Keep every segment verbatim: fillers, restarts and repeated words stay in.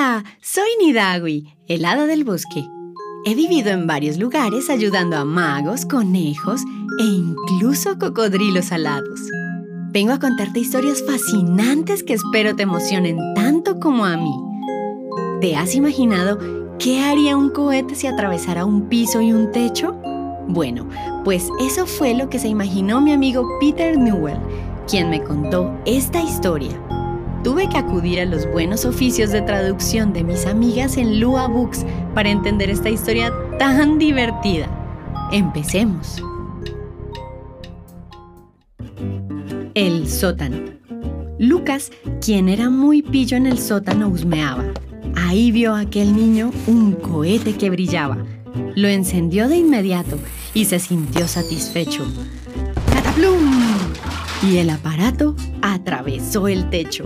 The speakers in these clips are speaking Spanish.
Hola, soy Nidagui, el hada del bosque. He vivido en varios lugares ayudando a magos, conejos e incluso cocodrilos alados. Vengo a contarte historias fascinantes que espero te emocionen tanto como a mí. ¿Te has imaginado qué haría un cohete si atravesara un piso y un techo? Bueno, pues eso fue lo que se imaginó mi amigo Peter Newell, quien me contó esta historia. Tuve que acudir a los buenos oficios de traducción de mis amigas en Lua Books para entender esta historia tan divertida. Empecemos. El sótano. Lucas, quien era muy pillo en el sótano, husmeaba. Ahí vio a aquel niño un cohete que brillaba. Lo encendió de inmediato y se sintió satisfecho. ¡Cataplum! Y el aparato atravesó el techo.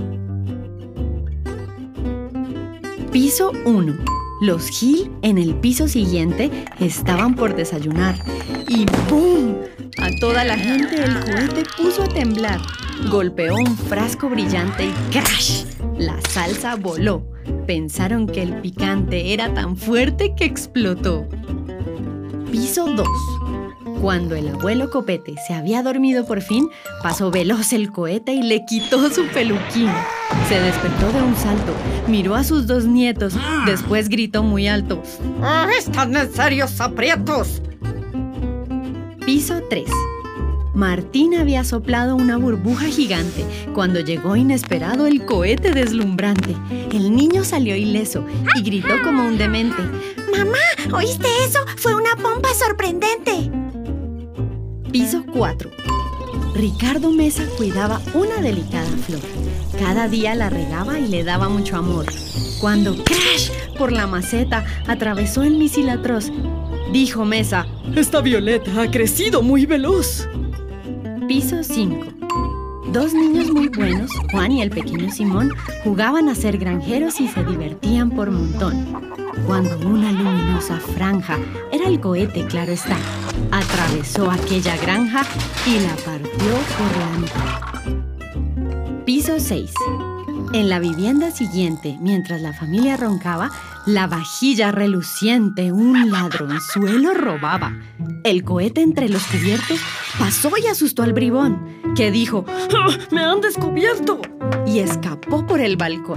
Piso uno. Los Gil en el piso siguiente estaban por desayunar. Y ¡boom! A toda la gente el cohete puso a temblar. Golpeó un frasco brillante y ¡crash! La salsa voló. Pensaron que el picante era tan fuerte que explotó. Piso dos. Cuando el abuelo Copete se había dormido por fin, pasó veloz el cohete y le quitó su peluquín. Se despertó de un salto, miró a sus dos nietos, después gritó muy alto: ¡Ah, están en serios aprietos! Piso tres. Martín había soplado una burbuja gigante cuando llegó inesperado el cohete deslumbrante. El niño salió ileso y gritó como un demente: ¡Mamá! ¿Oíste eso? ¡Fue una pompa sorprendente! Piso cuatro. Ricardo Mesa cuidaba una delicada flor. Cada día la regaba y le daba mucho amor. Cuando ¡crash! Por la maceta atravesó el misil atroz, dijo Mesa: ¡Esta violeta ha crecido muy veloz! Piso cinco. Dos niños muy buenos, Juan y el pequeño Simón, jugaban a ser granjeros y se divertían por montón. Cuando una luminosa franja, era el cohete, claro está, atravesó aquella granja y la partió por la mitad. Piso seis. En la vivienda siguiente, mientras la familia roncaba, la vajilla reluciente, un ladronzuelo, robaba. El cohete entre los cubiertos pasó y asustó al bribón, que dijo: ¡Ah, ¡me han descubierto! Y escapó por el balcón.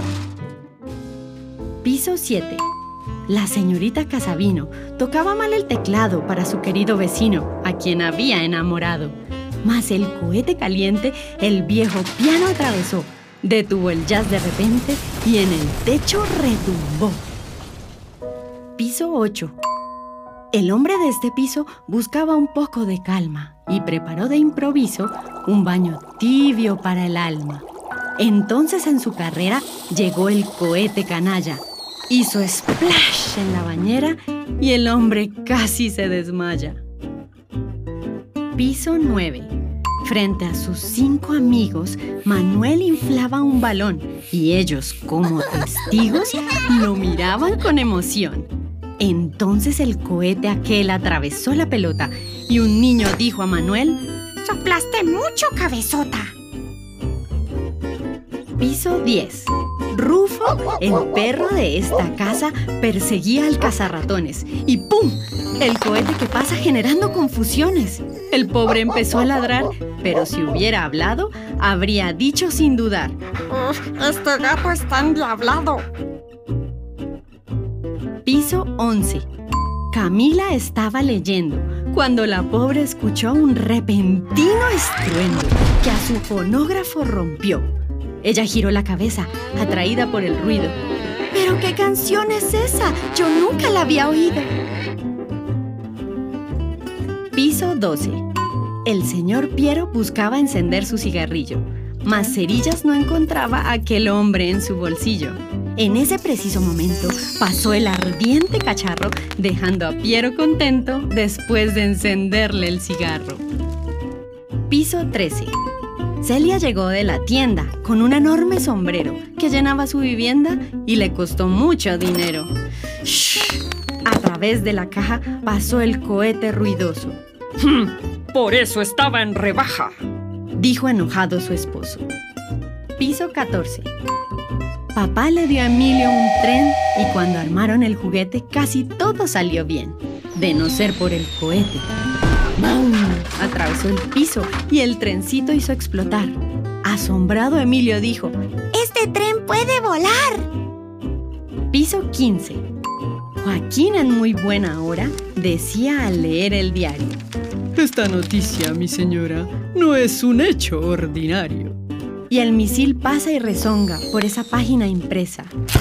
Piso siete. La señorita Casavino tocaba mal el teclado para su querido vecino, a quien había enamorado. Mas el cohete caliente, el viejo piano atravesó, detuvo el jazz de repente y en el techo retumbó. Piso ocho. El hombre de este piso buscaba un poco de calma y preparó de improviso un baño tibio para el alma. Entonces en su carrera llegó el cohete canalla. Hizo splash en la bañera y el hombre casi se desmaya. Piso nueve. Frente a sus cinco amigos, Manuel inflaba un balón y ellos, como testigos, lo miraban con emoción. Entonces el cohete aquel atravesó la pelota y un niño dijo a Manuel: ¡Soplaste mucho, cabezota! Piso diez. Rufo, el perro de esta casa, perseguía al cazarratones y ¡pum! El cohete que pasa generando confusiones. El pobre empezó a ladrar, pero si hubiera hablado, habría dicho sin dudar: ¡Este gato está endiablado! Piso once. Camila estaba leyendo cuando la pobre escuchó un repentino estruendo que a su fonógrafo rompió. Ella giró la cabeza, atraída por el ruido. ¿Pero qué canción es esa? Yo nunca la había oído. Piso doce. El señor Piero buscaba encender su cigarrillo, mas cerillas no encontraba a aquel hombre en su bolsillo. En ese preciso momento pasó el ardiente cacharro, dejando a Piero contento después de encenderle el cigarro. Piso trece. Celia llegó de la tienda con un enorme sombrero que llenaba su vivienda y le costó mucho dinero. ¡Shh! A través de la caja pasó el cohete ruidoso. ¡Por eso estaba en rebaja!, dijo enojado su esposo. Piso catorce. Papá le dio a Emilio un tren y cuando armaron el juguete casi todo salió bien, de no ser por el cohete. ¡Bum! Atravesó el piso y el trencito hizo explotar. Asombrado, Emilio dijo: ¡Este tren puede volar! Piso quince. Joaquín, en muy buena hora, decía al leer el diario: Esta noticia, mi señora, no es un hecho ordinario. Y el misil pasa y rezonga por esa página impresa.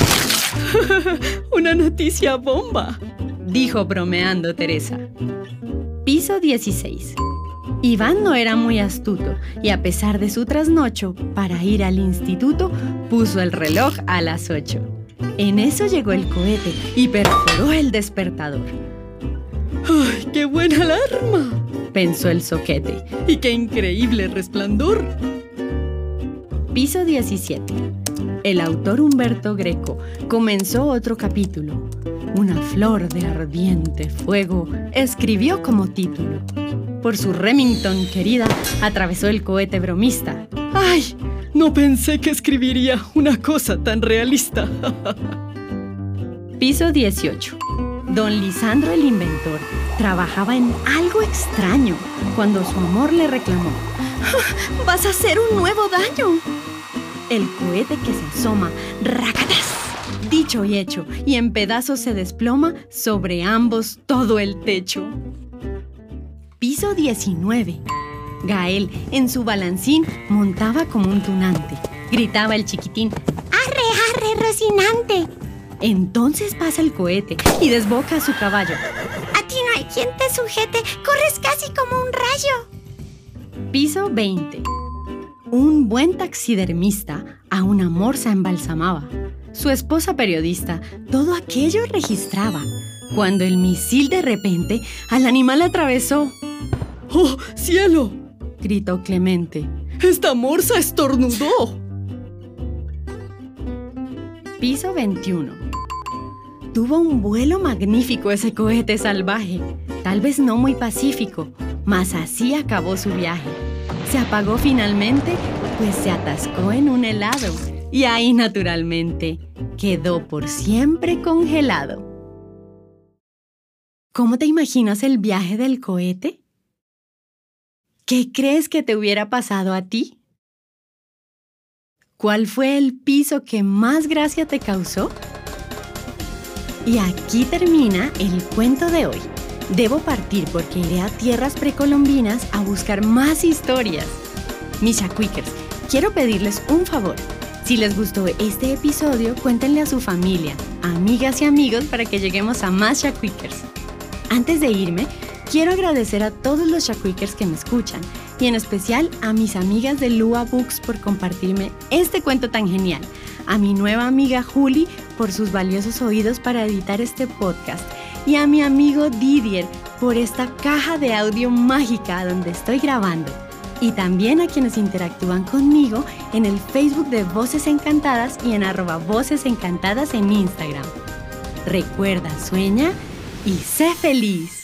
¡Una noticia bomba!, dijo bromeando Teresa. Piso dieciséis. Iván no era muy astuto y a pesar de su trasnocho, para ir al instituto, puso el reloj a las ocho. En eso llegó el cohete y perforó el despertador. ¡Ay, qué buena alarma!, pensó el zoquete. ¡Y qué increíble resplandor! Piso diecisiete. El autor Humberto Greco comenzó otro capítulo. Una flor de ardiente fuego escribió como título. Por su Remington querida atravesó el cohete bromista. ¡Ay! No pensé que escribiría una cosa tan realista. Piso dieciocho. Don Lisandro el inventor trabajaba en algo extraño cuando su amor le reclamó: ¡Vas a hacer un nuevo daño! El cohete que se asoma, ¡racatás! Dicho y hecho, y en pedazos se desploma sobre ambos todo el techo. Piso diecinueve. Gael, en su balancín, montaba como un tunante. Gritaba el chiquitín: ¡Arre, arre, Rocinante! Entonces pasa el cohete y desboca a su caballo. ¡A ti no hay quien te sujete! ¡Corres casi como un rayo! Piso veinte. Un buen taxidermista a una morsa embalsamaba. Su esposa periodista todo aquello registraba, cuando el misil de repente al animal atravesó. ¡Oh, cielo!, gritó Clemente. ¡Esta morsa estornudó! Piso veintiuno. Tuvo un vuelo magnífico ese cohete salvaje, tal vez no muy pacífico, mas así acabó su viaje. Se apagó finalmente, pues se atascó en un helado y ahí naturalmente quedó por siempre congelado. ¿Cómo te imaginas el viaje del cohete? ¿Qué crees que te hubiera pasado a ti? ¿Cuál fue el piso que más gracia te causó? Y aquí termina el cuento de hoy. Debo partir porque iré a tierras precolombinas a buscar más historias. Mis Shakwikers, quiero pedirles un favor. Si les gustó este episodio, cuéntenle a su familia, amigas y amigos para que lleguemos a más Shakwikers. Antes de irme, quiero agradecer a todos los Shakwikers que me escuchan y en especial a mis amigas de Lua Books por compartirme este cuento tan genial, a mi nueva amiga Juli por sus valiosos oídos para editar este podcast y a mi amigo Didier por esta caja de audio mágica donde estoy grabando. Y también a quienes interactúan conmigo en el Facebook de Voces Encantadas y en arroba Voces Encantadas en Instagram. Recuerda, sueña y sé feliz.